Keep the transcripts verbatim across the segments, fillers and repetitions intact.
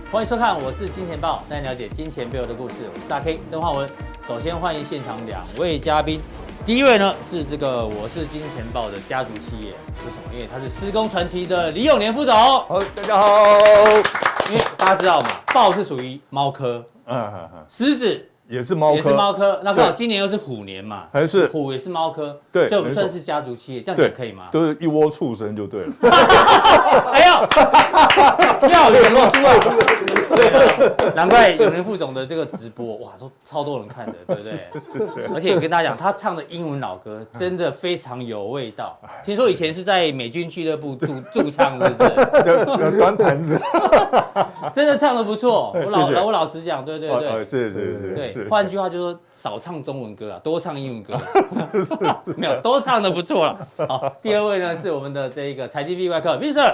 欢迎收看，我是金钱豹，带你了解金钱背后的故事。我是大 K 曾焕文。首先欢迎现场两位嘉宾，第一位呢是这个我是金钱豹的家族企业，为什么？因为他是施工传奇的李永年副总。 好，大家好。 因为大家知道嘛，豹是属于猫科，嗯嗯嗯，狮子。 也是猫科， 也是猫科。那刚好今年又是虎年嘛， 还是虎也是猫科， 对， 所以我们算是家族企业，这样讲可以吗？ 都是一窝畜生就对了。 哎呦，要联络出来。对了，难怪永年副总的这个直播，哇，都超多人看的，对不对？而且我跟大家讲，他唱的英文老歌真的非常有味道。听说以前是在美军俱乐部驻驻唱，是不是？ 端盘子， 真的唱得不错。我老我老实讲，对对对， 是是是， 对。换句话就是说，少唱中文歌啊，多唱英文歌。是是，没有，都唱得不错了。好，第二位呢是我们的这个财经 V 外客 Vincent。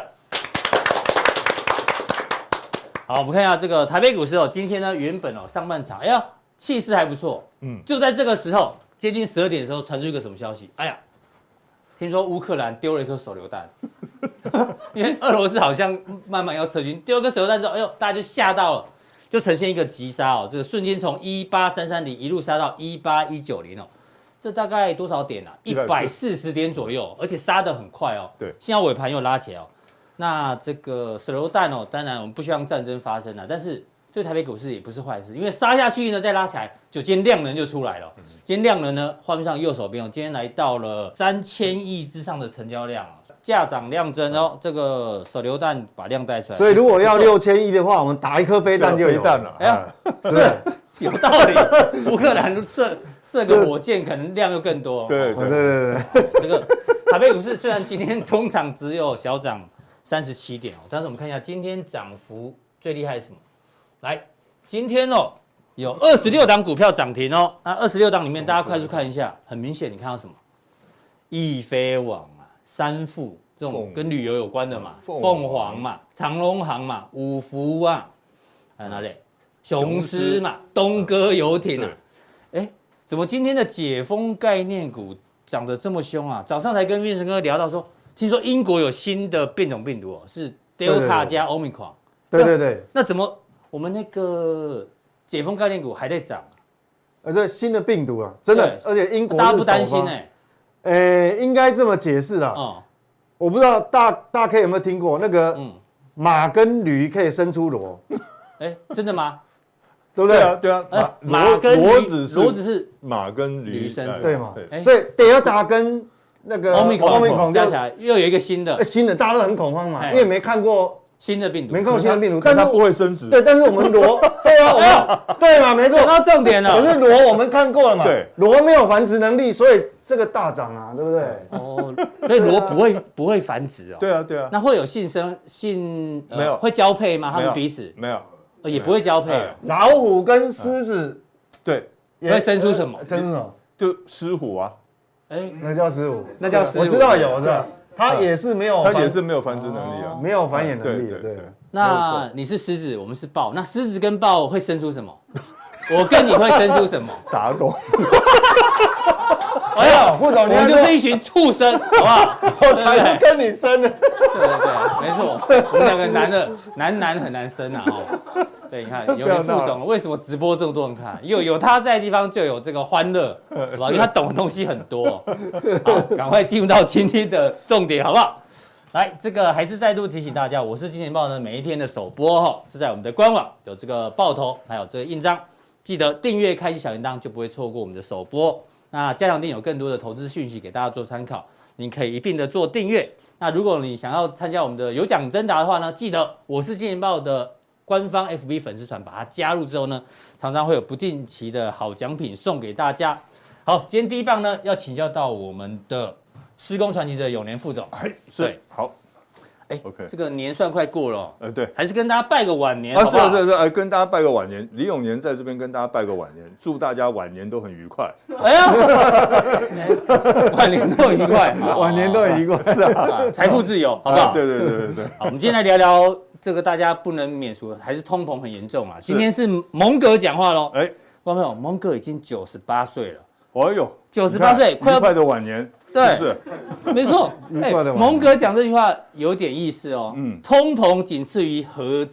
好，我们看一下这个台北股市哦，今天呢原本哦上半场，哎呀气势还不错，嗯，就在这个时候接近十二点的时候传出一个什么消息？哎呀，听说乌克兰丢了一颗手榴弹，因为俄罗斯好像慢慢要撤军，丢了个手榴弹之后，哎呦，大家就吓到了，就呈现一个急杀哦，这个瞬间从一八三三零一路杀到一八一九零哦，这大概多少点啊？一百四十点左右，而且杀得很快哦。 对， 幸好尾盘又拉起来哦。那这个手榴弹哦，当然我们不希望战争发生啊，但是对台北股市也不是坏事，因为杀下去呢再拉起来，就今天量能就出来了。今天量能呢，画面上右手边哦，今天来到了三千亿之上的成交量啊，价涨量增哦，这个手榴弹把量带出来。 所以如果要六千亿的话，我们打一颗飞弹就有弹了。 哎呀，是有道理。乌克兰射射个火箭，可能量又更多。 对对对对对，这个台北股市虽然今天中场只有小涨三十七点哦，但是我们看一下今天涨幅最厉害是什么？来，今天哦有二十六档股票涨停哦，那二十六档里面大家快速看一下，很明显你看到什么？易飞网啊，三富这种跟旅游有关的嘛，凤凰嘛，长荣航嘛，五福啊，还有哪里？雄狮嘛，东哥游艇啊，哎，怎么今天的解封概念股涨得这么凶啊？早上才跟运成哥聊到说。听说英国有新的变种病毒哦，是 Delta 加 Omicron。 对对对。 那怎么我们那个解封概念股还在涨？ 呃，对，新的病毒啊，真的，而且英国大家不担心哎。 呃，应该这么解释啊。哦。我不知道大大 K 有没有听过那个马跟驴可以生出骡？ 哎，真的吗？ 对不对？ 对啊，对啊。 马跟骡子是骡子是马跟驴生出， 对嘛？所以 Delta 跟那个 Omicron 加起来又有一个新的， 新的大家都很恐慌嘛，因为没看过新的病毒， 没看过新的病毒， 但它不会升值。 对，但是我们螺，对啊，我们对嘛，没错， 讲到重点了。 可是螺我们看过了嘛， 对， 螺没有繁殖能力，所以这个大涨啊，对不对？ 哦，所以螺不会不会繁殖哦。 对啊，对啊。 那会有性生性没有会交配吗？他们彼此没有， 也不会交配。 老虎跟狮子对会生出什么？ 生出什么？ 就狮虎啊。 哎，那叫狮虎， 那叫狮虎， 我知道有的，它也是没有， 它也是没有繁殖能力啊， 没有繁衍能力的。对， 那你是狮子，我们是豹，那狮子跟豹会生出什么？我跟你会生出什么？ 杂种。 哎呀，副总， 我们就是一群畜生，好不好？ 我才跟你生的。 对对对，没错，我们两个男的男男很难生啊哦。对，你看有个副总，为什么直播这么多人看？有有他在的地方就有这个欢乐，好吧？因为他懂的东西很多。好，赶快进入到今天的重点，好不好？来，这个还是再度提醒大家，我是金钱豹呢，每一天的首播哈是在我们的官网有这个报头，还有这个印章，记得订阅、开启小铃铛，就不会错过我们的首播。那加强定有更多的投资讯息给大家做参考，您可以一并的做订阅。那如果你想要参加我们的有奖征答的话呢，记得我是金钱豹的官方 F B 粉丝团，把它加入之后呢，常常会有不定期的好奖品送给大家。好，今天第一棒呢，要请教到我们的施工传奇的永年副总。 哎，是好。 哎 ，OK， 这个年算快过了， 呃，对， 还是跟大家拜个晚年， 啊， 好不好？ 是是是，呃，跟大家拜个晚年，李永年在这边跟大家拜个晚年，祝大家晚年都很愉快。 哎呀，晚年都很愉快， 晚年都很愉快，是啊，财富自由，好不好？ 对对对对对。 好，我们今天来聊聊这个大家不能免俗，还是通膨很严重啊。今天是蒙哥讲话喽，哎，观众朋友，蒙哥已经九十八岁了， 哎呦， 九十八岁， 快要愉快的晚年。 对，是没错。哎，蒙哥讲这句话有点意思哦。嗯，通膨仅次于核战，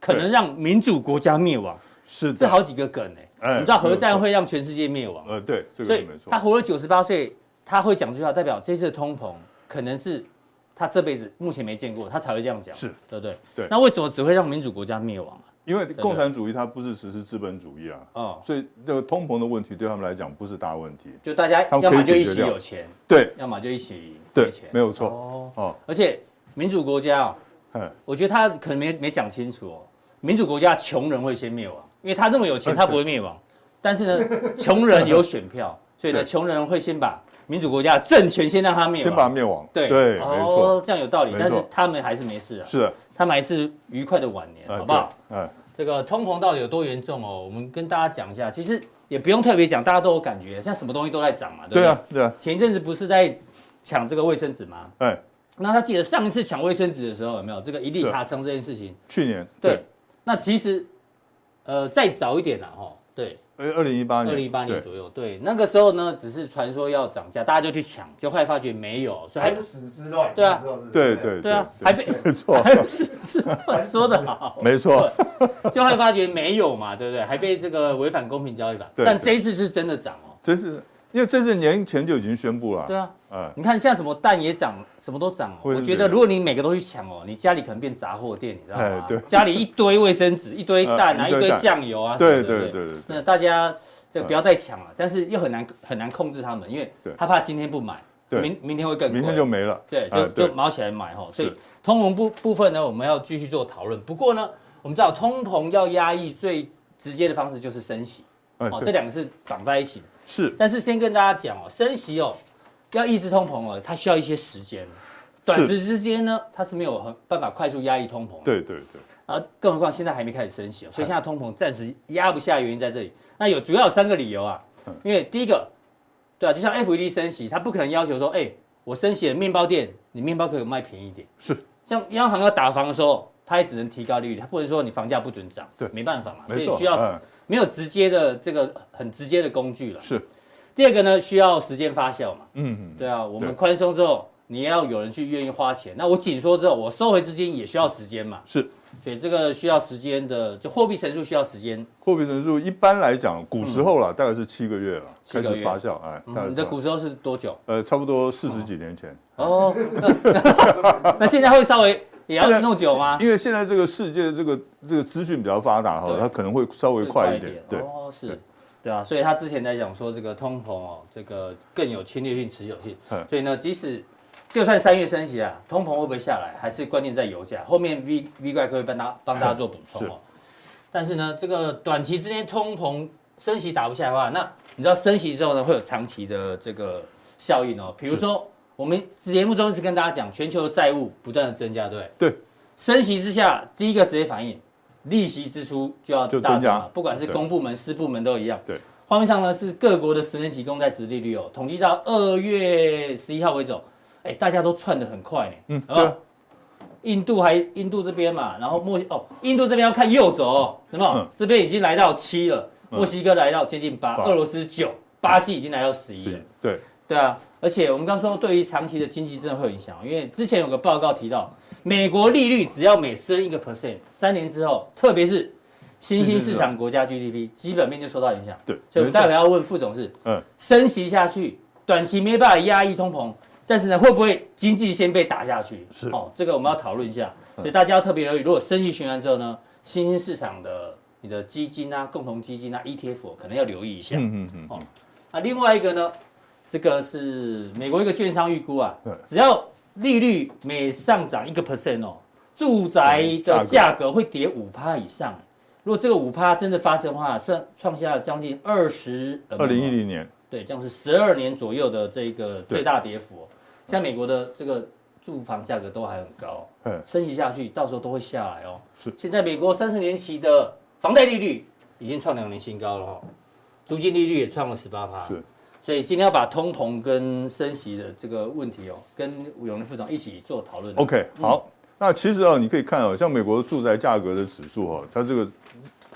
可能让民主国家灭亡。 是的， 这好几个梗哎、欸。你知道核战会让全世界灭亡？ 呃，对，这个所以没错。 他活了九十八岁，他会讲这句话，代表这次的通膨可能是他这辈子目前没见过，他才会这样讲， 是对不对？ 对。 那为什么只会让民主国家灭亡啊？ 因为共产主义它不是实施资本主义啊，哦，所以这个通膨的问题对他们来讲不是大问题， 就大家要么就一起有钱， 对， 要么就一起对钱，没有错哦哦。而且民主国家哦，我觉得他可能没没讲清楚哦，民主国家穷人会先灭亡，因为他那么有钱，他不会灭亡，但是呢，穷人有选票，所以呢，穷人会先把民主国家的政权先让他灭亡， 先把它灭亡， 对对，没错， 这样有道理，但是他们还是没事啊， 是， 他们还是愉快的晚年，好不好？嗯。这个通膨到底有多严重哦？我们跟大家讲一下，其实也不用特别讲，大家都有感觉，像什么东西都在涨嘛，对不对？ 对啊，对啊。 前一阵子不是在抢这个卫生纸吗？ 哎， 那他记得上一次抢卫生纸的时候有没有这个一粒卡称这件事情？ 去年。 对。那其实，呃，再早一点啦，哈，对。 呃，二零一八年。 二零一八年左右，对，那个时候呢，只是传说要涨价，大家就去抢，就后来发觉没有，所以还死之乱。 对啊， 对对对啊，还被没错， 死之乱说得好， 没错， 就会发觉没有嘛，对不对？还被这个违反公平交易法，但这一次是真的涨哦， 这是因为这是年前就已经宣布了， 对啊，嗯，你看现在什么蛋也涨，什么都涨，我觉得如果你每个都去抢哦，你家里可能变杂货店，你知道吗？对，家里一堆卫生纸，一堆蛋啊，一堆酱油啊， 对对对对， 那大家这个不要再抢了，但是又很难很难控制他们，因为他怕今天不买，明明天会更贵， 明天就没了， 对，就就毛起来买哈，所以通膨部部分呢，我们要继续做讨论。不过呢，我们知道通膨要压抑最直接的方式就是升息，哦，这两个是绑在一起的。 是， 但是先跟大家讲哦，升息哦，要抑制通膨哦，它需要一些时间，短时之间呢，它是没有办法快速压抑通膨。 对对对。 啊，更何况现在还没开始升息哦，所以现在通膨暂时压不下，原因在这里。那有主要有三个理由啊，因为第一个，对啊，就像 F E D 升息，它不可能要求说，哎，我升息了，面包店你面包可以卖便宜一点。 是。 像央行要打房的时候，它也只能提高利率，它不能说你房价不准涨， 对， 没办法嘛，所以需要没有直接的这个很直接的工具了。 是。 第二个呢，需要时间发酵嘛。嗯嗯。对啊，我们宽松之后，你也要有人去愿意花钱。那我紧缩之后，我收回资金也需要时间嘛。 是。 所以这个需要时间的，就货币乘数需要时间。 货币乘数一般来讲，古时候啦，大概是七个月了，开始发酵。哎， 你的古时候是多久？ 呃，差不多四十几年前。 哦。那现在会稍微也要那么久吗？ 因为现在这个世界这个这个资讯比较发达哈，它可能会稍微快一点。 对。哦，是。对啊，所以他之前在讲说这个通膨哦，这个更有侵略性、持久性。所以呢，即使就算三月升息啊，通膨会不会下来，还是关键在油价。后面 V V 怪客会帮大帮大家做补充哦。但是呢，这个短期之间通膨升息打不下来的话，那你知道升息之后呢，会有长期的这个效应哦。比如说，我们节目中一直跟大家讲，全球的债务不断的增加，对不对？ 对。 升息之下，第一个直接反应，利息支出就要大增嘛，不管是公部门、私部门都一样。 对。 画面上呢是各国的十年期公债殖利率哦，统计到二月十一号为止。哎，大家都窜得很快呢，嗯，好不好？印度还印度这边嘛，然后墨西哦，印度这边要看右走哦，有没有？嗯、这边已经来到七了，墨西哥来到接近八、嗯，俄罗斯九，巴西已经来到十一了。 对对啊，而且我们刚说对于长期的经济真的会有影响，因为之前有个报告提到，美国利率只要每升一个 percent， 三年之后，特别是新兴市场国家 G D P 基本面就受到影响。 对， 所以我们待会要问副总是，嗯，升息下去，短期没办法压抑通膨。但是呢，会不会经济先被打下去？ 是哦，这个我们要讨论一下。所以大家要特别留意，如果升息循环之后呢，新兴市场的你的基金啊、共同基金啊、E T F 可能要留意一下。嗯嗯嗯。哦，那另外一个呢，这个是美国一个券商预估啊，只要利率每上涨一个 percent 哦，住宅的价格会跌五趴以上。如果这个五趴真的发生的话，创创下将近二十二零一零年。 对，这样是十二年左右的这个最大跌幅、哦。像美国的这个住房价格都还很高，升息下去，到时候都会下来哦。是，现在美国三十年期的房贷利率已经创两年新高了哦，租金利率也创了十八趴。是，所以今天要把通膨跟升息的这个问题哦，跟永仁副总一起做讨论。 OK， 好，嗯、那其实啊，你可以看哦，像美国的住宅价格的指数哦，它这个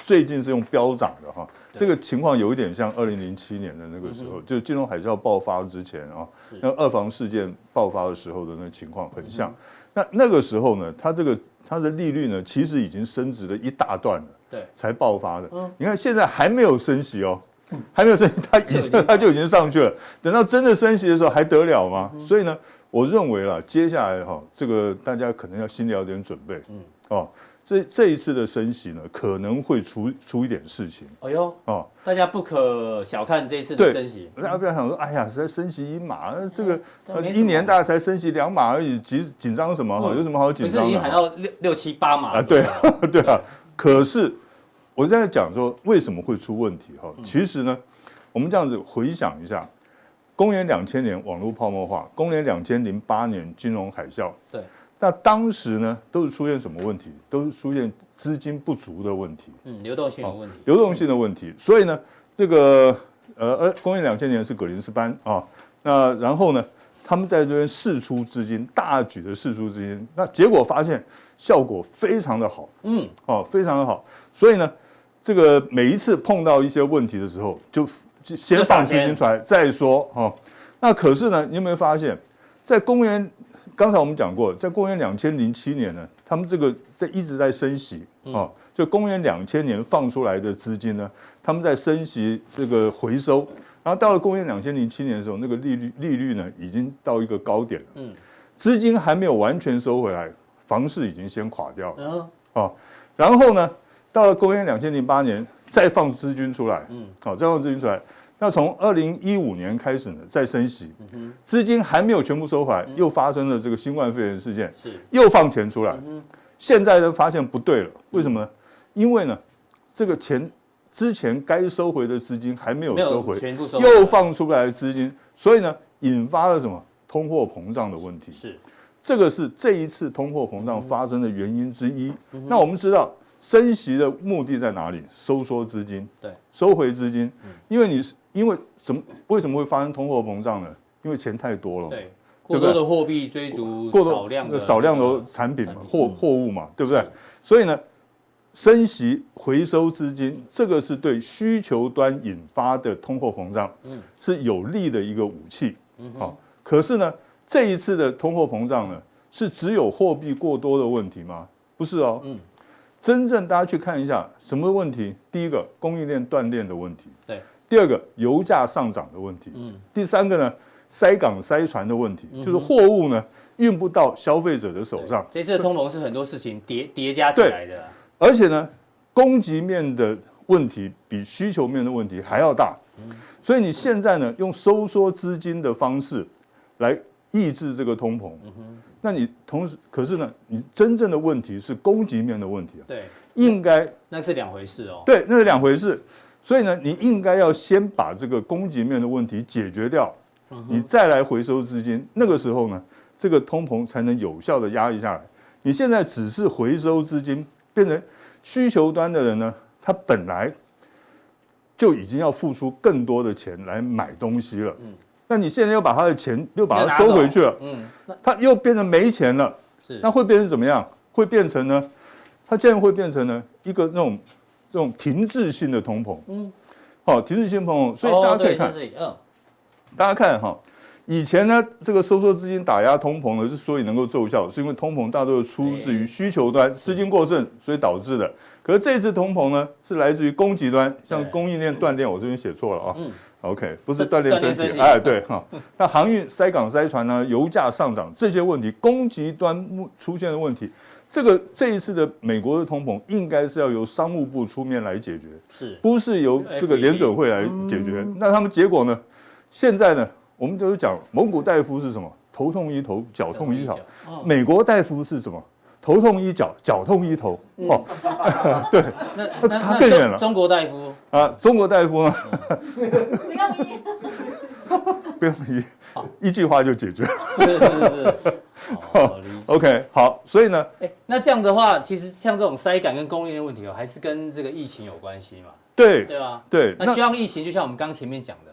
最近是用飙涨的哈，这个情况有一点像二零零七年的那个时候，就是金融海啸爆发之前啊，那二房事件爆发的时候的那情况很像。那那个时候呢，它这个它的利率呢，其实已经升值了一大段了，对，才爆发的。你看现在还没有升息哦，还没有升息，它以前它就已经上去了。等到真的升息的时候，还得了吗？所以呢，我认为啦，接下来哈，这个大家可能要心里有点准备，嗯，哦。这这一次的升息呢，可能会出出一点事情。 哎呦，哦，大家不可小看这一次的升息。 大家不要想说，哎呀，才升息一码，这个一年大概才升息两码而已，紧紧张什么？哈，有什么好紧张的？ 不是已经喊到六六七八码啊？对啊，对啊。可是我在讲说，为什么会出问题？哈，其实呢，我们这样子回想一下，公元两千年网络泡沫化，公元两千零八年金融海啸，对。那当时呢，都是出现什么问题？都是出现资金不足的问题， 嗯，流动性的问题， 流动性的问题。所以呢，这个呃，公元两千年是葛林斯潘啊，那然后呢，他们在这边释出资金，大举的释出资金，那结果发现效果非常的好，嗯，哦，非常的好。所以呢，这个每一次碰到一些问题的时候，就先放资金出来再说哦。那可是呢，你有没有发现，在公元刚才我们讲过，在公元两千零七年呢，他们这个在一直在升息啊，就公元两千年放出来的资金呢，他们在升息这个回收，然后到了公元两千零七年的时候，那个利率利率呢已经到一个高点了，嗯，资金还没有完全收回来，房市已经先垮掉了，哦，然后呢，到了公元两千零八年再放资金出来，嗯，好，再放资金出来。那从二零一五年开始呢，再升息，资金还没有全部收回来，又发生了这个新冠肺炎事件，是又放钱出来。现在呢，发现不对了，为什么呢？因为呢，这个钱之前该收回的资金还没有收回， 全部收又放出来的资金，所以呢，引发了什么通货膨胀的问题。是这个是这一次通货膨胀发生的原因之一。那我们知道。升息的目的在哪里？收缩资金，对，收回资金。因为你因为怎么为什么会发生通货膨胀呢？因为钱太多了， 对，过多的货币追逐少量的少量的产品嘛，货货物嘛，对不对？所以呢，升息回收资金，这个是对需求端引发的通货膨胀，嗯，是有利的一个武器。好，可是呢，这一次的通货膨胀呢，是只有货币过多的问题吗？不是哦，嗯。真正大家去看一下什么问题？第一个，供应链断裂的问题；对，第二个，油价上涨的问题；嗯，第三个呢，塞港塞船的问题，嗯、就是货物呢运不到消费者的手上。 这次的通膨是很多事情叠叠加起来的， 而且呢，供给面的问题比需求面的问题还要大。嗯，所以你现在呢，用收缩资金的方式来抑制这个通膨。嗯哼。那你同时，可是呢，你真正的问题是供给面的问题啊。对，应该那是两回事哦。 对，那是两回事。所以呢，你应该要先把这个供给面的问题解决掉，嗯、你再来回收资金。那个时候呢，这个通膨才能有效的压抑下来。你现在只是回收资金，变成需求端的人呢，他本来就已经要付出更多的钱来买东西了。嗯。那你现在又把他的钱又把它收回去了，嗯，他又变成没钱了，是，那会变成怎么样？会变成呢？它现在会变成呢一个那种这种停滞性的通膨，嗯，好，停滞性通膨，所以大家可以看，嗯，大家看哈，以前呢这个收缩资金打压通膨呢，之所以能够奏效，是因为通膨大多是出自于需求端资金过剩，所以导致的。可是这次通膨呢，是来自于供给端，像供应链断裂，我这边写错了啊。嗯 OK， 不是锻炼身体，哎，对哈。那航运塞港塞船呢，油价上涨这些问题，供给端出现的问题，这个这一次的美国的通膨应该是要由商务部出面来解决，是不是由这个联准会来解决？那他们结果呢？现在呢，我们就是讲蒙古大夫是什么？头痛医头，脚痛医脚。美国大夫是什么？头痛医脚，脚痛医头。哦，对，那差更远了。 中国大夫啊，中国大夫呢？不用医，不用医，一句话就解决了。 是是是。 哦 ，OK， 好，所以呢， 哎，那这样的话，其实像这种塞港跟供应链的问题哦，还是跟这个疫情有关系嘛？ 对， 对吧？ 对。 那希望疫情就像我们刚前面讲的，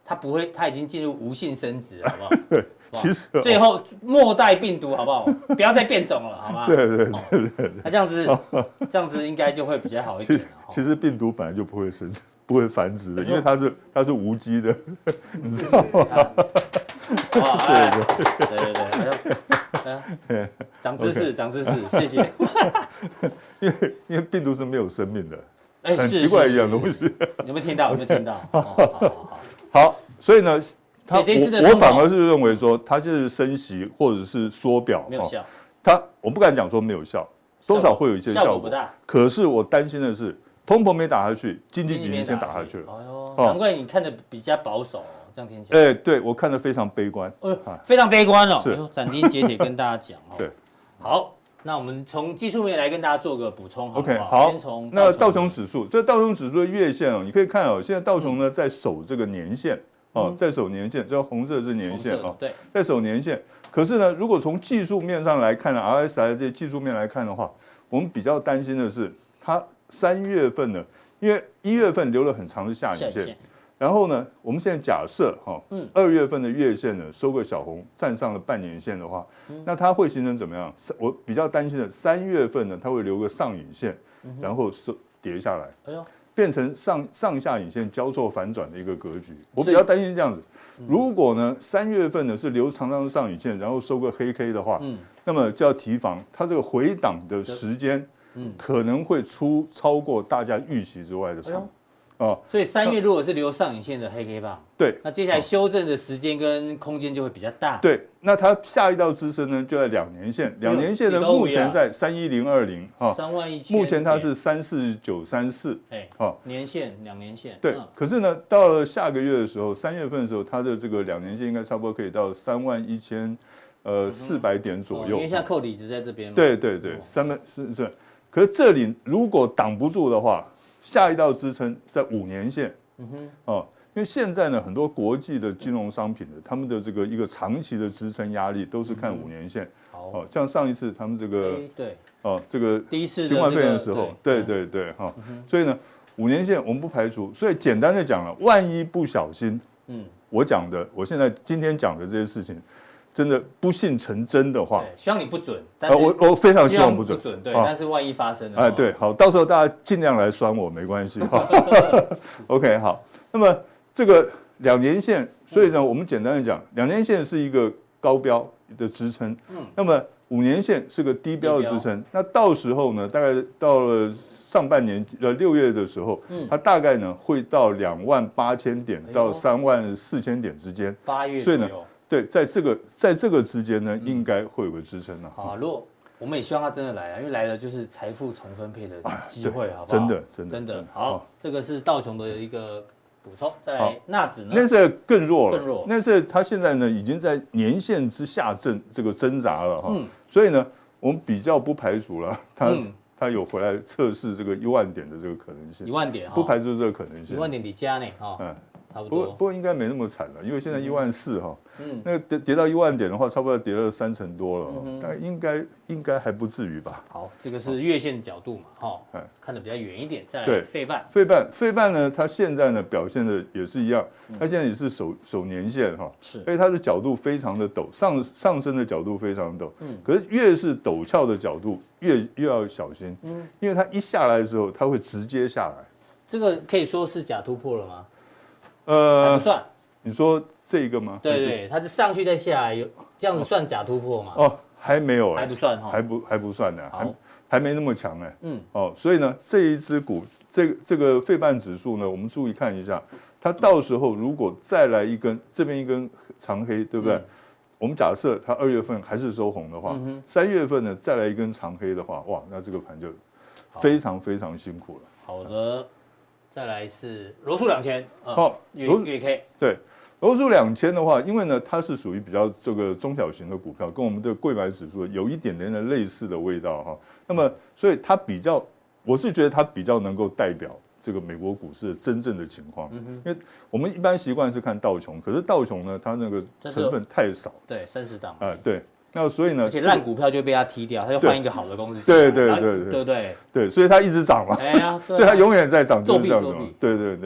它不会，它已经进入无性生殖了，好不好？ 对，其实最后末代病毒，好不好？不要再变种了，好吗？ 对对对对对。 那这样子，这样子应该就会比较好一点。 其实病毒本来就不会生殖，不会繁殖的，因为它是它是无机的，你知道吗？ 对对对对对，长知识，长知识，谢谢。 因为因为病毒是没有生命的， 哎， 很奇怪一样东西。 有没有听到？有没有听到？好好好。 好，所以呢，他我我反而是认为说，它就是升息或者是缩表， 没有效。 它我不敢讲说没有效，多少会有一些效果， 效果不大。 可是我担心的是，通膨没打下去，经济已经先打下去了。 哎呦，难怪你看的比较保守。这样听起来，哎，对我看得非常悲观， 呃，非常悲观哦。 是， 斩钉截铁跟大家讲哦。 对， 好，那我们从技术面来跟大家做个补充，好不好？ OK， 好， 先从那道琼指数，这道琼指数的月线哦，你可以看哦，现在道琼呢在守这个年线哦，在守年线，这红色是年线哦， 对， 在守年线。可是呢，如果从技术面上来看呢 ，R S I 这些技术面来看的话，我们比较担心的是，它三月份呢，因为一月份留了很长的下影线。然后呢，我们现在假设哈，嗯，二月份的月线呢收个小红，站上了半年线的话，嗯、那它会形成怎么样？我比较担心的，三月份呢，它会留个上影线，嗯、然后收跌下来，哎呦，变成上上下影线交错反转的一个格局。我比较担心这样子。如果呢，三月份呢是留长长的上影线，然后收个黑 K 的话，嗯，那么就要提防它这个回档的时间，嗯，可能会出超过大家预期之外的长。 哦，所以三月如果是留上影线的黑 K 棒， 对， 那接下来修正的时间跟空间就会比较大。 对，那它下一道支撑呢就在两年线，两年线呢目前在三一零二零哈， 三万一千， 目前它是三四九三四， 哎，好，年线两年线。 对，可是呢，到了下个月的时候，三月份的时候，它的这个两年线应该差不多可以到三万一千呃四百点左右， 因为现在扣底值在这边嘛。 对对对，三万是是，可是这里如果挡不住的话，下一道支撑在五年线。嗯哼，哦，因为现在呢，很多国际的金融商品的，他们的这个一个长期的支撑压力都是看五年线。好，哦，像上一次他们这个，对，哦，这个第一次新冠肺炎的时候，对对对，哈，所以呢，五年线我们不排除。所以简单的讲了，万一不小心，嗯，我讲的，我现在今天讲的这些事情，真的不幸成真的话， 希望你不准，但是我我非常希望不准， 不准，对，但是万一发生了， 哎，对，好，到时候大家尽量来酸我，没关系哈。OK， 好，那么这个两年线，所以呢，我们简单的讲，两年线是一个高标的支撑，嗯，那么五年线是个低标的支撑，那到时候呢，大概到了上半年呃六月的时候，嗯，它大概呢会到两万八千点到三万四千点之间， 八月， 所以呢。对，在这个在这个之间呢，应该会有个支撑啊。 好，如果我们也希望它真的来啊，因为来了就是财富重分配的机会，好不好？ 真的，真的， 真的。好，这个是道琼的一个补充。在纳指呢， 那是更弱了， 更弱。 那是它现在呢已经在年线之下挣这个挣扎了哈。所以呢，我们比较不排除了它它有回来测试这个一万点的这个可能性。 一万点， 不排除这个可能性。 一万点底加呢，哈。嗯。 不过不过应该没那么惨了，因为现在一万四哈，嗯，那个跌跌到一万点的话，差不多跌了三成多了，大概应该应该还不至于吧。 好，这个是月线角度嘛，哈，看得比较远一点。再来费半， 费半费半呢，它现在呢表现的也是一样，它现在也是守守年线哈，是，所以它的角度非常的陡，上上升的角度非常陡，嗯，可是越是陡峭的角度，越越要小心，嗯，因为它一下来的时候，它会直接下来。 这个可以说是假突破了吗？ 呃， 不算。 你说这个吗？ 对对，它是上去再下来，有这样子算假突破吗？ 哦，还没有， 还不算哈， 还不还不算呢，还还没那么强哎。嗯，哦，所以呢，这一只股，这个这个费半指数呢，我们注意看一下，它到时候如果再来一根，这边一根长黑，对不对？我们假设它二月份还是收红的话，三月份呢再来一根长黑的话，哇，那这个盘就非常非常辛苦了。 好的。再来是罗素两千，好，月月 K 对，罗素两千的话，因为呢它是属于比较这个中小型的股票，跟我们的柜买指数有一点点的类似的味道哈。那么所以它比较，我是觉得它比较能够代表这个美国股市的真正的情况，因为我们一般习惯是看道琼，可是道琼呢它那个成分太少， 对，三十档， 啊对。那所以呢， 而且烂股票就被他踢掉，他就换一个好的公司。 对对对对， 对不对？ 对，所以它一直涨嘛。哎呀，所以它永远在涨，就是这样子。对对对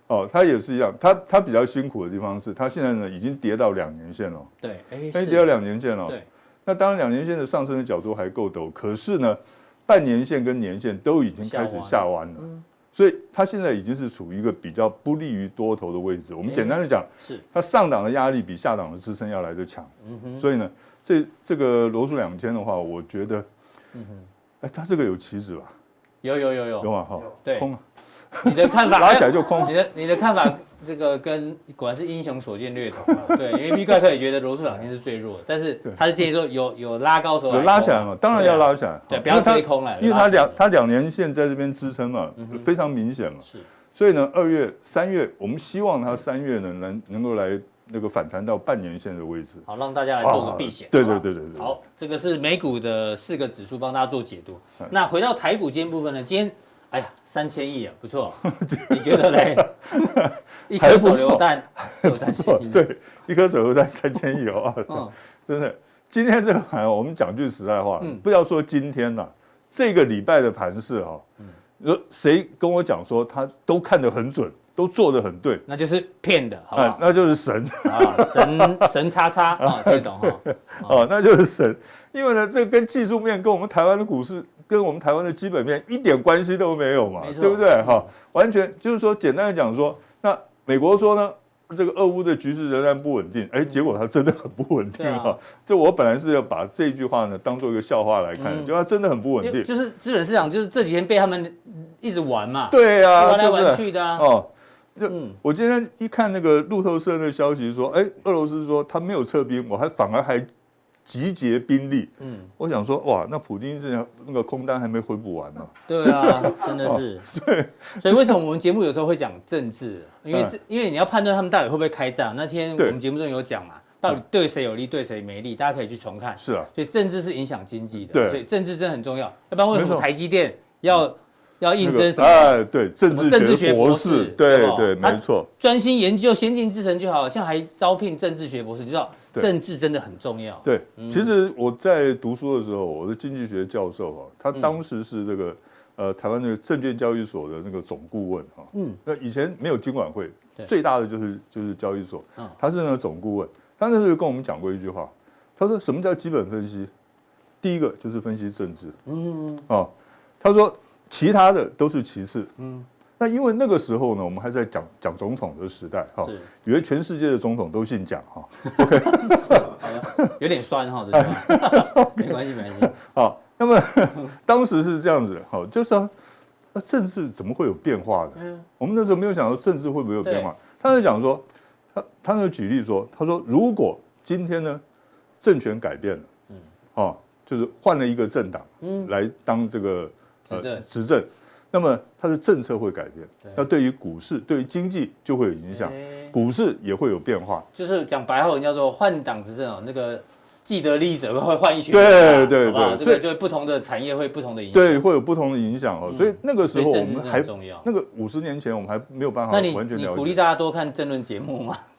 哦，它也是一样，它它比较辛苦的地方是，它现在呢已经跌到两年线了。 对，哎， 已经跌到两年线了。 对， 那当然两年线的上升的角度还够陡，可是呢，半年线跟年线都已经开始下弯了。嗯，所以它现在已经是处于一个比较不利于多头的位置。我们简单的讲， 是它上档的压力比下档的支撑要来得强。嗯哼，所以呢，这这个罗素两千的话，我觉得，嗯哼，哎，它这个有期指吧？ 有有有有有啊，哈， 对， 空了。 你的看法拉起来就空。 你的你的看法，这个跟果然是英雄所见略同啊。对，因为 V 怪客也觉得罗素两千是最弱，但是他是建议说有有拉高时候有拉起来嘛，当然要拉起来， 对，不要追空了， 因为它两它两年线在这边支撑嘛，非常明显嘛。是，所以呢，二月、三月，我们希望它三月呢能能够来那个反弹到半年线的位置， 好让大家来做个避险。 对对对对对。 好，这个是美股的四个指数，帮大家做解读。那回到台股今天部分呢，今天。哎呀，三千亿啊，不错，你觉得嘞？一颗手榴弹有三千亿， 对，一颗手榴弹三千亿哦，嗯、真的。今天这个盘，我们讲句实在话，嗯、不要说今天了，这个礼拜的盘势哈，嗯、谁跟我讲说他都看得很准，都做得很对， 那就是骗的，好不好？ 啊、那就是神啊，神神叉叉啊，听得懂哈？ 哦，那就是神，因为呢，这跟技术面跟我们台湾的股市。跟我们台湾的基本面一点关系都没有嘛，对不对？哈，完全就是说，简单的讲说，那美国说呢，这个俄乌的局势仍然不稳定，哎，结果它真的很不稳定啊。这我本来是要把这句话呢当做一个笑话来看，结果它真的很不稳定。 就是资本市场就是这几天被他们一直玩嘛， 对呀， 玩来玩去的啊。哦， 就我今天一看那个路透社的消息说，哎，俄罗斯说他没有撤兵，我还反而还。集结兵力，嗯，我想说，哇，那普丁这那个空单还没回补完呢。 对啊，真的是。对，所以为什么我们节目有时候会讲政治？因为这，因为你要判断他们到底会不会开战。那天我们节目中有讲嘛，到底对谁有利，对谁没利，大家可以去重看。 是啊， 所以政治是影响经济的，对，所以政治真的很重要。要不然为什么台积电要？要应征什么？ 哎，对，政治学博士，对对，没错， 专心研究先进制程就好，像还招聘政治学博士，你知道政治真的很重要。 对，其实我在读书的时候，我的经济学教授啊，他当时是这个呃台湾的证券交易所的那个总顾问哈，嗯，那以前没有金管会，最大的就是就是交易所，他是那个总顾问，他那时候跟我们讲过一句话，他说什么叫基本分析？第一个就是分析政治，嗯，哦，他说。其他的都是其次，嗯，那因为那个时候呢，我们还在讲讲总统的时代哈，以为全世界的总统都姓蒋哈 ，OK， 有点酸哈，这句没关系没关系。 好，那么当时是这样子，好，就是说，那政治怎么会有变化的？嗯，我们那时候没有想到政治会不会有变化。他在讲说，他他那举例说，他说如果今天呢政权改变了，嗯，哦，就是换了一个政党，嗯，来当这个。 执政， 执政，那么它的政策会改变，那对于股市、对于经济就会有影响，股市也会有变化。 就是讲白话文叫做换党执政哦，那个既得利益者会换一群， 对对对， 这个就不同的产业会不同的影响， 对，会有不同的影响哦。所以那个时候我们还那个五十年前我们还没有办法完全了解。 那你你鼓励大家多看政论节目吗？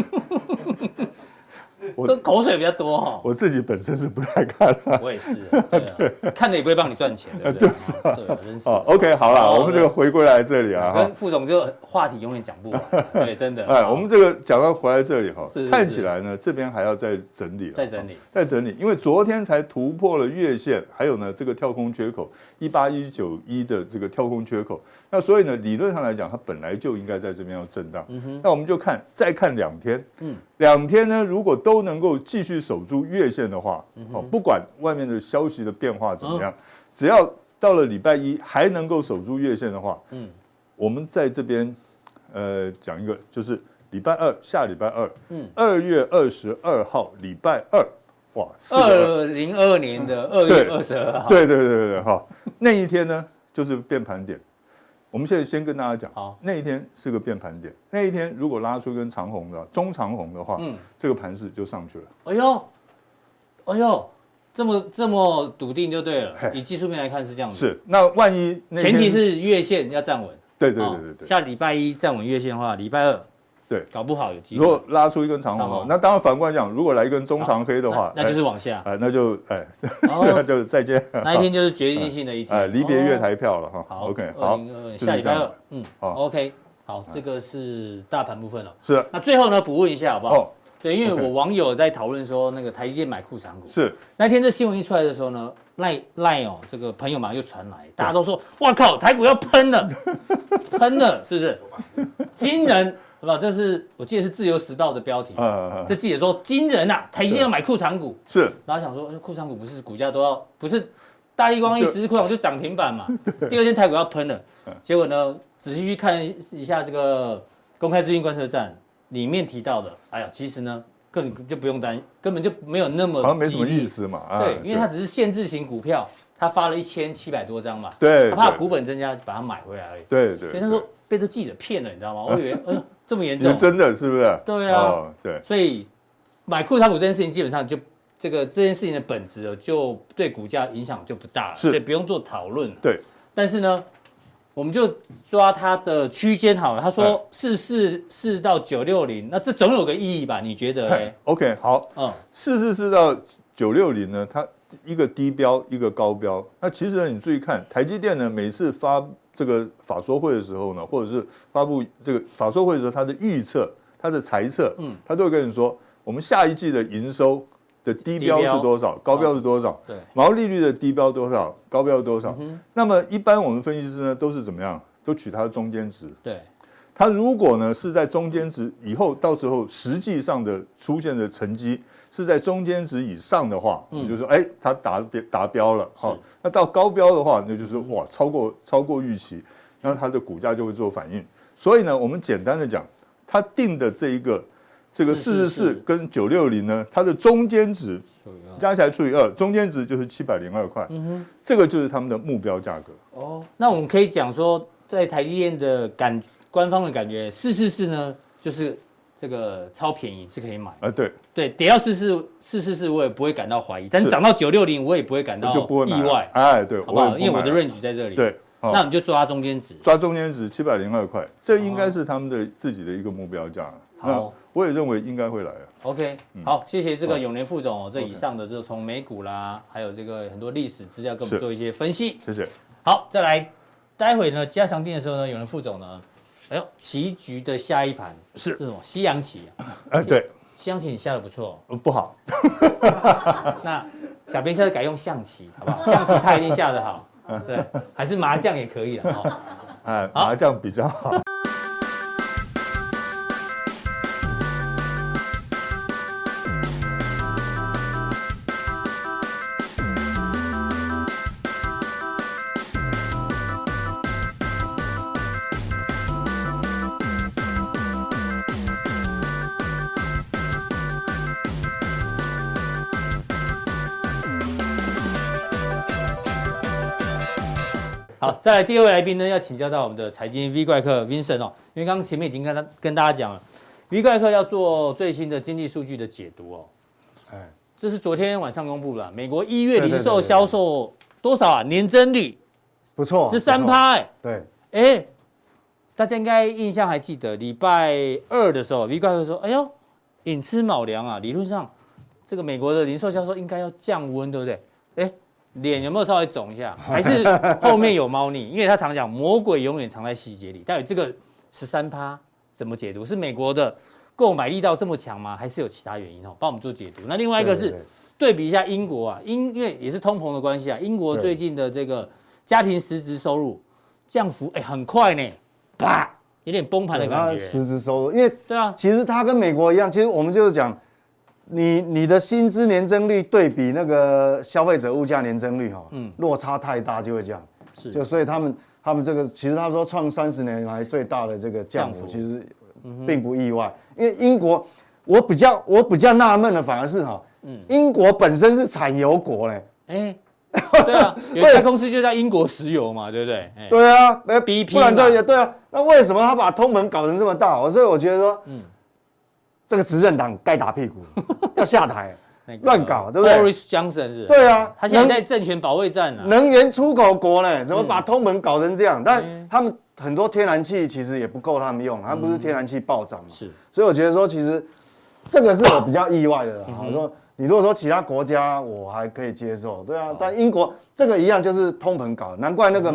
都口水比较多哈， 我自己本身是不太看了， 我也是，对啊，看了也不会帮你赚钱，对不对？ 就是啊，对，真是。OK， 好了，我们这个回归来这里啊， 跟副总这个话题永远讲不完，对，真的。 哎，我们这个讲到回来这里哈，看起来呢这边还要再整理， 再整理， 再整理，因为昨天才突破了月线，还有呢这个跳空缺口一八一九一的这个跳空缺口，那所以呢理论上来讲，它本来就应该在这边要震荡。那我们就看再看两天，嗯，两天呢如果都能够继续守住月线的话，哦，不管外面的消息的变化怎么样，只要到了礼拜一还能够守住月线的话，嗯，我们在这边，呃，讲一个就是礼拜二下礼拜二，嗯，二月二十二号礼拜二，哇， 二零二二年的二月二十二号， 对对对对对，哈，那一天呢就是变盘点。我们现在先跟大家讲，好，那一天是个变盘点。那一天如果拉出一根长红的中长红的话，嗯，这个盘势就上去了。 哎呦，哎呦，这么这么笃定就对了。以技术面来看是这样子。 是，那万一前提是月线要站稳。 对对对对对。 下礼拜一站稳月线的话，礼拜二对搞不好有机会。 如果拉出一根长红，那当然反过来讲，如果来一根中长黑的话， 那就是往下。 哎，那就哎，那就再见。 那一天就是决定性的一天， 哎，离别月台票了哈。 好 ，OK， 好， 下礼拜二，嗯，好 ，OK。 好，这个是大盘部分了。 是。 那最后呢，补问一下好不好？ 哦， 对，因为我网友在讨论说，那个台积电买库藏股。 是。 那天这新闻一出来的时候呢，赖赖哦，这个朋友马上又传来，大家都说，哇靠，台股要喷了，喷了，是不是？惊人。好不好？这是我记得是《自由时报》的标题，啊、这记者说惊人啊，台积电要买库藏股， 是， 然后想说库藏股不是股价都要不是大立光一实施库藏就涨停板嘛，第二天台股要喷了，结果呢仔细去看一下这个公开资讯观测站里面提到的，哎呀，其实呢根本就不用担，根本就没有那么好像没什么意思嘛， 啊、对，因为它只是限制型股票，他发了一千七百多张嘛， 对， 他怕股本增加把它买回来而已， 对对， 所以他说被这记者骗了，你知道吗？我以为哎呦。这么严重， 真的是不是？ 对啊， 哦、对， 所以买库藏股这件事情，基本上就这个这件事情的本质就对股价影响就不大了，所以不用做讨论。 对， 但是呢，我们就抓它的区间好了。他说四四四到九六零，那这总有个意义吧？你觉得呢 ？OK， 好，嗯，四四四到九六零呢，它一个低标，一个高标。那其实呢，你注意看，台积电呢，每次发这个法说会的时候呢，或者是发布这个法说会的时候，它的预测、它的财测，嗯，它都会跟你说，我们下一季的营收的低标是多少，高标是多少，对，毛利率的低标多少，高标多少。嗯、那么一般我们分析师呢，都是怎么样？都取它的中间值。对，它如果呢是在中间值以后，到时候实际上的出现的成绩是在中间值以上的话，嗯、你就说，哎，它达标达标了，好。那到高标的话，那就是哇，超过超过预期，然后它的股价就会做反应。所以呢，我们简单的讲，它定的这一个这个四四四跟九六零呢，它的中间值加起来除以二，中间值就是七百零二块。嗯哼，这个就是他们的目标价格。 哦，那我们可以讲说，在台积电的感官方的感觉，四四四呢，就是这个超便宜是可以买。 啊，对对，跌到四四四四四，我也不会感到怀疑，但是涨到九六零，我也不会感到意外。 哎，对， 好不好？因为我的 range 在这里。 对。 那你就抓中间值， 抓中间值七百零二块，这应该是他们的自己的一个目标价。好，我也认为应该会来啊。 OK， 好，谢谢这个永年副总哦，这以上的就从美股啦，还有这个很多历史资料跟我们做一些分析。 谢谢。 好，再来，待会呢加强定的时候呢，永年副总呢，哎呦，棋局的下一盘是这种西洋棋啊。 哎，对， 西洋棋你下的不错， 不好。 那小编现在改用象棋，好不好？象棋他一定下得好。对，还是麻将也可以了哈。 哎，麻将比较好。 好，再来第二位来宾呢，要请教到我们的财经 V 怪客 Vincent 哦，因为刚刚前面已经跟他跟大家讲了 ，V 怪客要做最新的经济数据的解读哦。哎，这是昨天晚上公布了，美国一月零售销售多少啊？年增率不错， 十三趴哎。 对， 哎，大家应该印象还记得，礼拜二的时候 ，V 怪客说，哎呦，寅吃卯粮啊，理论上这个美国的零售销售应该要降温，对不对？哎。脸有没有稍微肿一下？还是后面有猫腻？因为他常讲魔鬼永远藏在细节里。到底这个十三趴怎么解读？是美国的购买力道这么强吗？还是有其他原因哦？帮我们做解读。那另外一个是对比一下英国啊，英因为也是通膨的关系啊，英国最近的这个家庭实质收入降幅哎很快呢，啪有点崩盘的感觉。 实质收入，因为对啊， 其实它跟美国一样，其实我们就是讲。你你的薪资年增率对比那个消费者物价年增率哈，嗯，落差太大就会这样，是，就所以他们他们这个其实他说创三十年来最大的这个降幅，其实并不意外，因为英国我比较我比较纳闷的反而是哈，嗯，英国本身是产油国嘞， 哎，对啊，有一家公司就叫英国石油嘛，对不对？ 对啊，哎 ，B P， 不然这也对啊，那为什么他把通膨搞成这么大？所以我觉得说，嗯。这个执政党该打屁股，要下台，乱搞，对不对 ？Boris Johnson 是？ 对啊， 他现在在政权保卫战啊。 能源出口国呢，怎么把通膨搞成这样？但他们很多天然气其实也不够他们用，他们不是天然气暴涨嘛。是，所以我觉得说，其实这个是我比较意外的。我说，你如果说其他国家，我还可以接受，对啊。但英国这个一样就是通膨搞，难怪那个能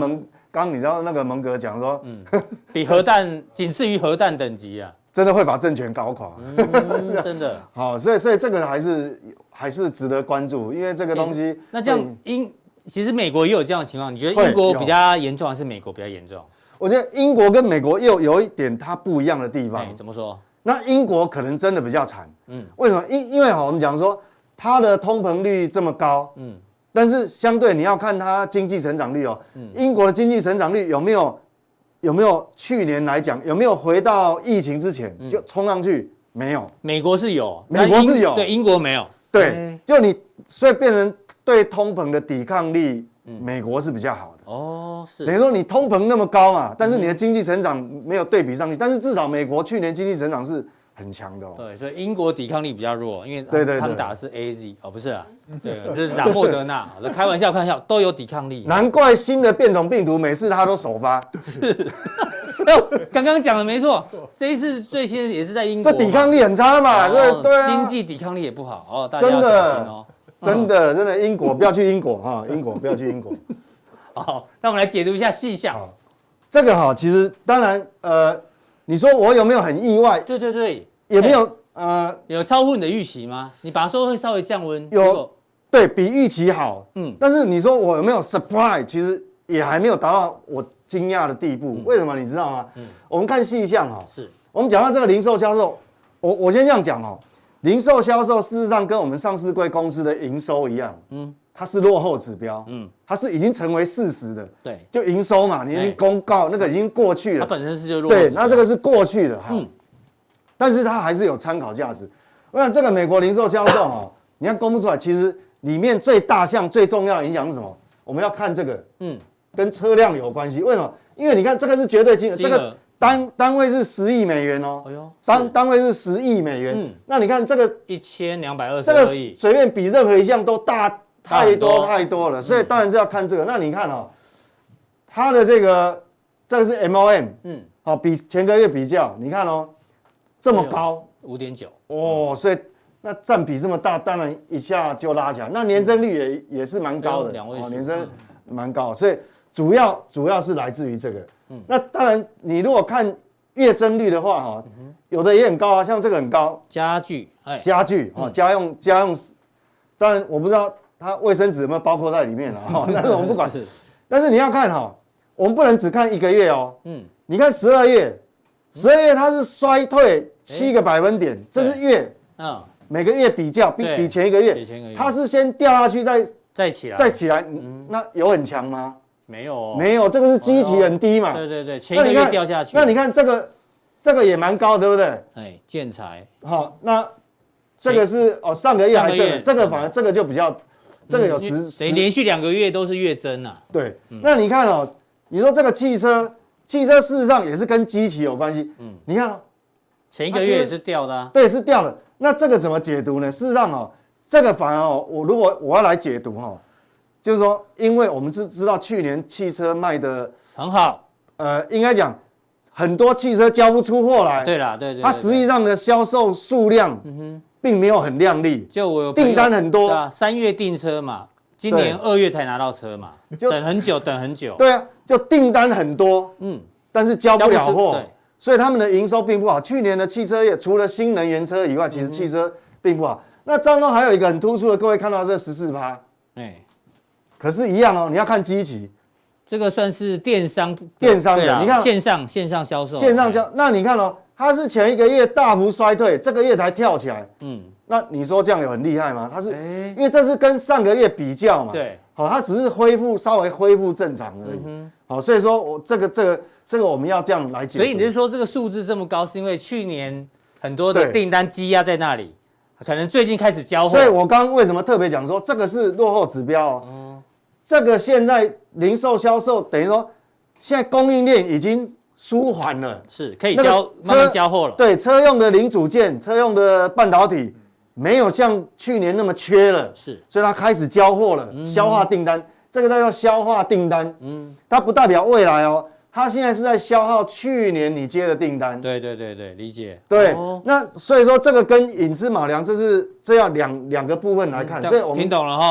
刚你知道那个蒙格讲说， 嗯，比核弹仅次于核弹等级啊， 真的会把政权搞垮， 嗯、真的。 好，所以所以这个还是还是值得关注，因为这个东西。欸、 那这样英其实美国也有这样的情况，你觉得英国比较严重还是美国比较严重？ 我觉得英国跟美国又有一点它不一样的地方。 欸、怎么说？ 那英国可能真的比较惨，嗯，为什么？因因为哈，我们讲说它的通膨率这么高，嗯，但是相对你要看它经济成长率哦，嗯，英国的经济成长率有没有有没有去年来讲有没有回到疫情之前就冲上去？没有， 美国是有， 美国是有， 对，英国没有， 对，就你所以变成对通膨的抵抗力，美国是比较好的。 哦，是， 等于说你通膨那么高嘛，但是你的经济成长没有对比上去，但是至少美国去年经济成长是很强的哦。 对，所以英国抵抗力比较弱，因为对对他们打的是 A Z 哦，不是啊，对，这是打莫德纳，开玩笑，开玩笑，都有抵抗力。 难怪新的变种病毒每次它都首发。 是，刚刚讲的没错，这一次最新也是在英国， 这抵抗力很差嘛，所以对啊， 经济抵抗力也不好哦，大家要小心哦。 真的真的，英国不要去英国哈，英国不要去英国。 好，那我们来解读一下细项。 这个哈，其实当然，呃，你说我有没有很意外？ 对对对， 也没有，呃， 有超乎你的预期吗？你把它说会稍微降温， 有，对比预期好，嗯，但是你说我有没有 surprise？ 其实也还没有达到我惊讶的地步。为什么你知道吗？嗯，我们看细项哈，是我们讲到这个零售销售，我我先这样讲哦。零售销售事实上跟我们上市柜公司的营收一样，嗯，它是落后指标，嗯，它是已经成为事实的， 对， 就营收嘛，你已经公告那个已经过去了， 它本身是就落后， 对，那这个是过去的哈，嗯，但是它还是有参考价值。我想这个美国零售销售哦，你看公布出来，其实里面最大项最重要的影响是什么？我们要看这个，嗯，跟车辆有关系。为什么？因为你看这个是绝对金额，这个。单单位是十亿美元哦，哎呦，单单位是十亿美元，嗯，那你看这个一千两百二十二亿， 随便比任何一项都大太多太多了，所以当然是要看这个。那你看哦，它的这个这个是 M O M， 嗯，好，比前个月比较，你看哦，这么高， 五点九， 哦，所以那占比这么大，当然一下就拉起来。那年增率也也是蛮高的， 两位数， 年增蛮高，所以主要主要是来自于这个。嗯，那当然，你如果看月增率的话，哈，有的也很高啊，像这个很高， 家具，哎， 家具啊，家用家用，当然我不知道它卫生纸有没有包括在里面了哈，但是我们不管，但是你要看哈，我们不能只看一个月哦，嗯，你看十二月，十二月它是衰退七个百分点，这是月，嗯，每个月比较比比前一个月，它是先掉下去再再起来， 再起来，那有很强吗？ 没有、哦， 没有，这个是基期很低嘛。 对对对，前一个月掉下去。 那你看这个，这个也蛮高，对不对？ 哎，建材。 好，那这个是哦，上个月还这个，这个反而这个就比较，这个有十， 等于连续两个月都是月增啊。 对，那你看哦，你说这个汽车，汽车事实上也是跟基期有关系。嗯，你看哦， 前一个月也是掉的啊。 对，是掉的。那这个怎么解读呢？事实上哦，这个反而哦，我如果我要来解读哦。就是说，因为我们知知道去年汽车卖的很好， 呃，应该讲很多汽车交不出货来。 对啦，对 对, 對。 它实际上的销售数量，嗯哼，并没有很亮丽。 就我有订单很多， 对啊，三月订车嘛，今年二月才拿到车嘛，就等很久，等很久。 对啊，就订单很多，嗯，但是交不了货，对，所以他们的营收并不好。去年的汽车业除了新能源车以外，其实汽车并不好。那当中还有一个很突出的，各位看到这十四趴，哎。可是，一样哦，你要看基期， 这个算是电商， 电商的，你看线上线上销售， 线上销，那你看哦，它是前一个月大幅衰退，这个月才跳起来，嗯，那你说这样有很厉害吗？它是，因为这是跟上个月比较嘛， 对， 好，它只是恢复稍微恢复正常而已，好，所以说我这个这个这个我们要这样来解。 所以你是说这个数字这么高，是因为去年很多的订单积压在那里，可能最近开始交货。 所以我刚刚为什么特别讲说这个是落后指标哦？嗯这个现在零售销售等于说，现在供应链已经舒缓了， 是可以交慢慢交货了。 对，车用的零组件、车用的半导体没有像去年那么缺了， 是， 所以它开始交货了，嗯、消化订单。这个叫消化订单，嗯，它不代表未来哦，它现在是在消耗去年你接的订单。 对对对对，理解。 对，哦、那所以说这个跟隐私马良这是这样两两个部分来看，嗯、所以我们听懂了哈。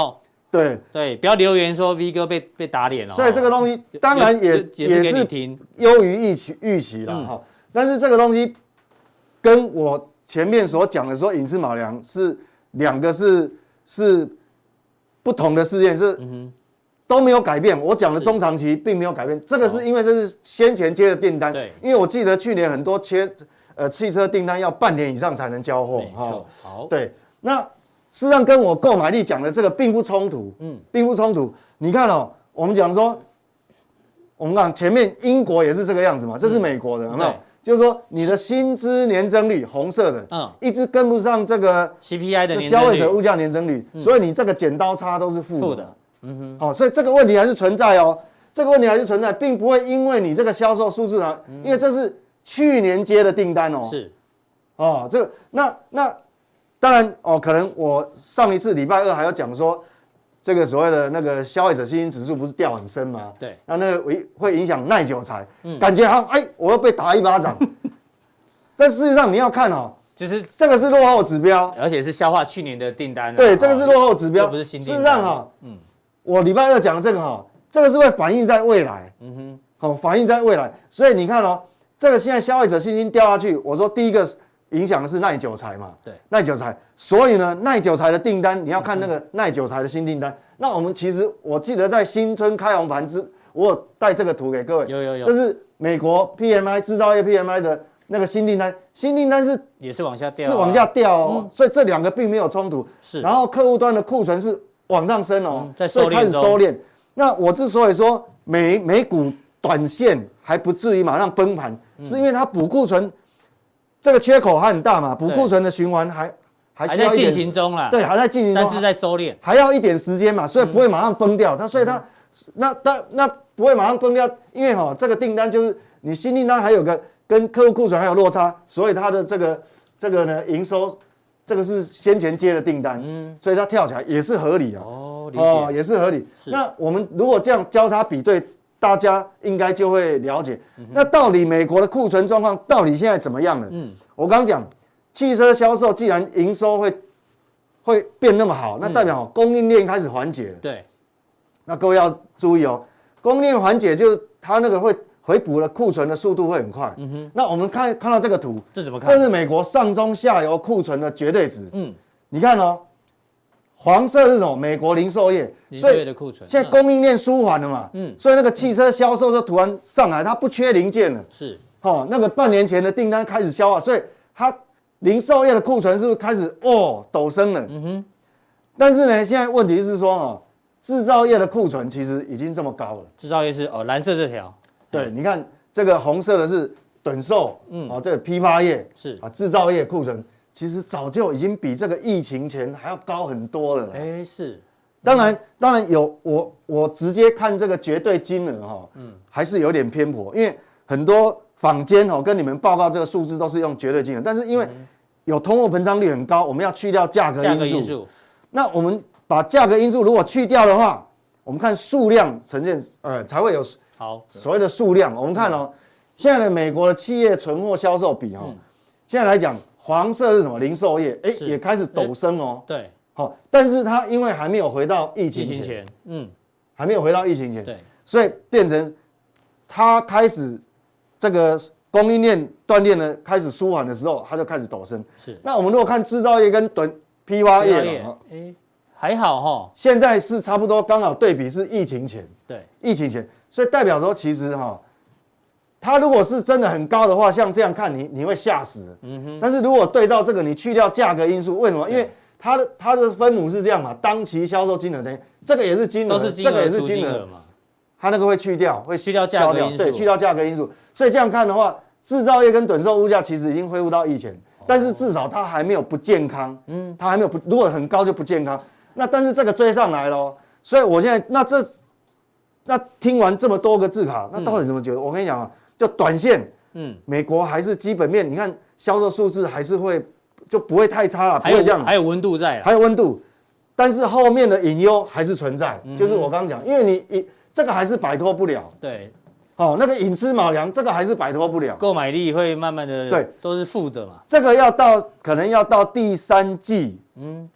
对对，不要留言说 V 哥被被打脸了。 所以这个东西当然也解释给你听， 优于预期预期了哈。但是这个东西跟我前面所讲的说隐翅马良是两个是是不同的事件，是都没有改变。我讲的中长期并没有改变，这个是因为这是先前接的订单， 对， 因为我记得去年很多切呃汽车订单要半年以上才能交货， 没错，好， 对，那事实上跟我购买力讲的这个并不冲突，嗯，并不冲突。你看哦，我们讲说，我们讲前面英国也是这个样子嘛，这是美国的，有没有？就是说你的薪资年增率红色的，嗯，一直跟不上这个 C P I 的年增率， 消费者物价年增率，所以你这个剪刀差都是负的。 负的，嗯哼， 哦，所以这个问题还是存在哦，这个问题还是存在，并不会因为你这个销售数字啊，因为这是去年接的订单哦， 是， 哦，这个那那当然哦，可能我上一次礼拜二还要讲说，这个所谓的那个消费者信心指数不是掉很深吗？ 对， 那那个会会影响耐久材，嗯，感觉好像哎，我又被打一巴掌。但事实上你要看哦， 就是这个是落后指标， 而且是消化去年的订单、啊。 对，这个是落后指标， 不是新订单。 事实上哈、哦，嗯，我礼拜二讲的这个哈、哦，这个是会反映在未来，嗯哼，好、哦，反映在未来。所以你看哦，这个现在消费者信心掉下去，我说第一个影响的是耐久材嘛， 对， 耐久材。所以呢，耐久材的订单你要看那个耐久材的新订单。那我们其实我记得在新春开红盘之，我有带这个图给各位， 有有有， 这是美国 P M I 制造业 P M I 的那个新订单，新订单是也是往下掉、啊， 是往下掉哦、嗯，所以这两个并没有冲突。 是， 然后客户端的库存是往上升哦， 嗯、在收敛中， 所以开始收敛。那我之所以说美美股短线还不至于马上崩盘，嗯、是因为它补库存这个缺口还很大嘛，补库存的循环还还需要还在进行中啦， 对，还在进行中， 但是在收敛， 还要一点时间嘛，所以不会马上崩掉。它、嗯、所以它、嗯、那那那不会马上崩掉，因为哈、哦、这个订单就是你新订单还有个跟客户库存还有落差，所以它的这个这个呢营收这个是先前接的订单，嗯，所以它跳起来也是合理啊。 哦，理解， 哦也是合理。那我们如果这样交叉比对，大家应该就会了解，嗯、那到底美国的库存状况到底现在怎么样呢？嗯，我刚讲汽车销售既然营收会会变那么好，那代表供应链开始缓解了。 对， 那各位要注意哦，供应链缓解就是它那个会回补的库存的速度会很快。嗯哼，那我们看看到这个图， 这怎么看？ 这是美国上中下游库存的绝对值。嗯，你看哦，黄色是什么？美国零售业， 零售业的库存。 现在供应链舒缓了嘛？嗯，所以那个汽车销售就突然上来，它不缺零件了。 是， 哦，那个半年前的订单开始消化，所以它零售业的库存是不是开始哦陡升了？嗯哼，但是呢，现在问题是说哦，制造业的库存其实已经这么高了。 制造业是哦蓝色这条， 对，嗯、你看这个红色的是趸售，嗯，啊，这个批发业是啊，制造业库存其实早就已经比这个疫情前还要高很多了。 哎，是， 当然当然有我我直接看这个绝对金额哈、哦，嗯，还是有点偏颇，因为很多坊间哦跟你们报告这个数字都是用绝对金额，但是因为有通货膨胀率很高，我们要去掉价格因素。价格因素。那我们把价格因素如果去掉的话，我们看数量呈现，呃，才会有好所谓的数量。我们看哦，现在的美国的企业存货销售比哦，嗯、现在来讲，黄色是什么？零售业，哎，也开始陡升哦。 对， 好，但是它因为还没有回到疫情前， 疫情前嗯， 还没有回到疫情前， 对， 所以变成它开始这个。供应链断裂呢，开始舒缓的时候，它就开始陡升。是，那我们如果看制造业跟短批发业嘛， 哎，还好哈。 现在是差不多，刚好对比是疫情前。 对， 疫情前，所以代表说其实哈，它如果是真的很高的话，像这样看你你会吓死。嗯哼。但是如果对照这个，你去掉价格因素，为什么？因为它的它的分母是这样嘛，当期销售金额等于这个也是金额， 都是金额， 这个也是金额嘛。 它那个会去掉，会去掉价格因素， 对，去掉价格因素。所以这样看的话，制造业跟趸售物价其实已经恢复到以前，但是至少它还没有不健康，嗯，它还没有不，如果很高就不健康。那但是这个追上来了，所以我现在那这那听完这么多个字卡，那到底怎么觉得？嗯、我跟你讲啊，就短线，嗯，美国还是基本面，你看销售数字还是会就不会太差了，不会这样， 还有温度在， 还有温度，但是后面的隐忧还是存在，嗯、就是我刚刚讲，因为你你。这个还是摆脱不了， 对， 哦，那个隐翅马良，这个还是摆脱不了， 购买力会慢慢的， 对， 都是负的嘛。 这个要到可能要到第三季，嗯，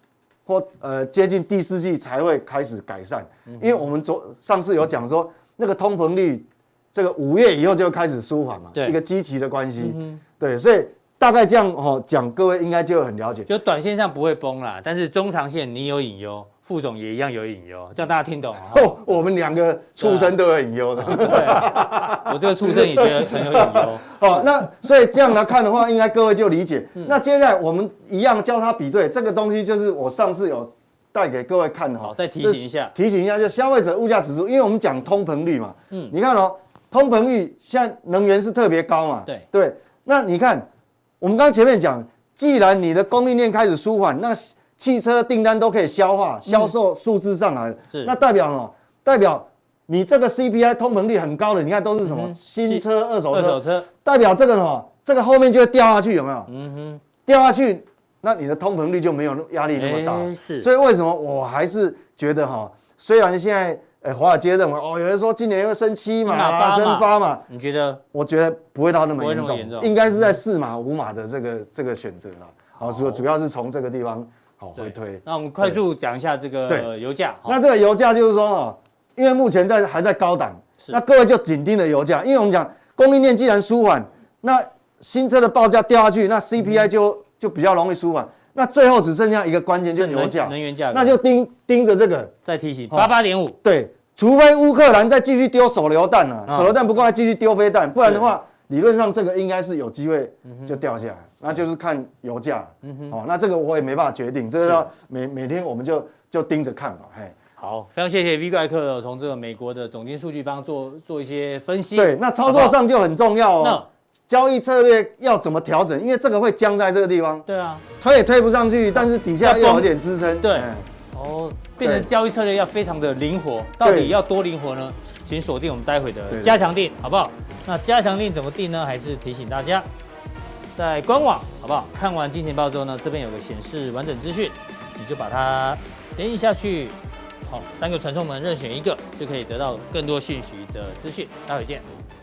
或呃接近第四季才会开始改善，因为我们昨上次有讲说那个通膨率，这个五月以后就开始舒缓嘛，一个基期的关系，嗯、对，所以大概这样哦讲，各位应该就很了解。 就短线上不会崩啦，但是中长线你有隐忧。副总也一样有隐忧，这样大家听懂哦。我们两个畜生都有隐忧的。 对，我这个畜生也觉得很有隐忧。 哦，那所以这样来看的话，应该各位就理解。嗯、那接下来我们一样教他比对这个东西，就是我上次有带给各位看的哈。 好，再提醒一下， 提醒一下，就消费者物价指数，因为我们讲通膨率嘛。嗯，你看哦，通膨率现在能源是特别高嘛。 对对，那你看，我们刚刚前面讲，既然你的供应链开始舒缓，那汽车订单都可以消化，销售数字上来，嗯、那代表什么？代表你这个 C P I 通膨率很高的，你看都是什么、嗯、新车、二手车， 二手车代表这个什么？这个后面就会掉下去，有没有？嗯哼，掉下去，那你的通膨率就没有压力那么大。 欸、是， 所以为什么我还是觉得哈，虽然现在呃华尔街认为哦，有人说今年会升七码、啊、升八码， 你觉得？ 我觉得不会到那么严重，重应该是在四码、五码的这个这个选择啦。好，主主要是从这个地方。回推， 那我们快速讲一下这个油价。 那这个油价就是说哦，因为目前在还在高档，那各位就紧盯着油价，因为我们讲供应链既然舒缓，那新车的报价掉下去，那 C P I 就、嗯、就比较容易舒缓。那最后只剩下一个关键，就是油价、 能源价格， 那就盯盯着这个。 再提醒八八点五， 对，除非乌克兰再继续丢手榴弹啊，哦、手榴弹不够，再继续丢飞弹，不然的话。理论上这个应该是有机会就掉下来，嗯、那就是看油价，嗯、哦，那这个我也没办法决定，这个要每每天我们就就盯着看吧，嘿。 好，非常谢谢 V 怪客从这个美国的总经数据帮做做一些分析。 对，那操作上就很重要哦。好交易策略要怎么调整？因为这个会僵在这个地方。 对啊， 推也推不上去，但是底下又有点支撑。 对，哦，变成交易策略要非常的灵活，到底要多灵活呢？请锁定我们待会的加强定，好不好？那加强定怎么定呢？还是提醒大家，在官网好不好？看完金钱豹之后呢，这边有个显示完整资讯，你就把它点击下去，好，三个传送门任选一个，就可以得到更多讯息的资讯。待会见。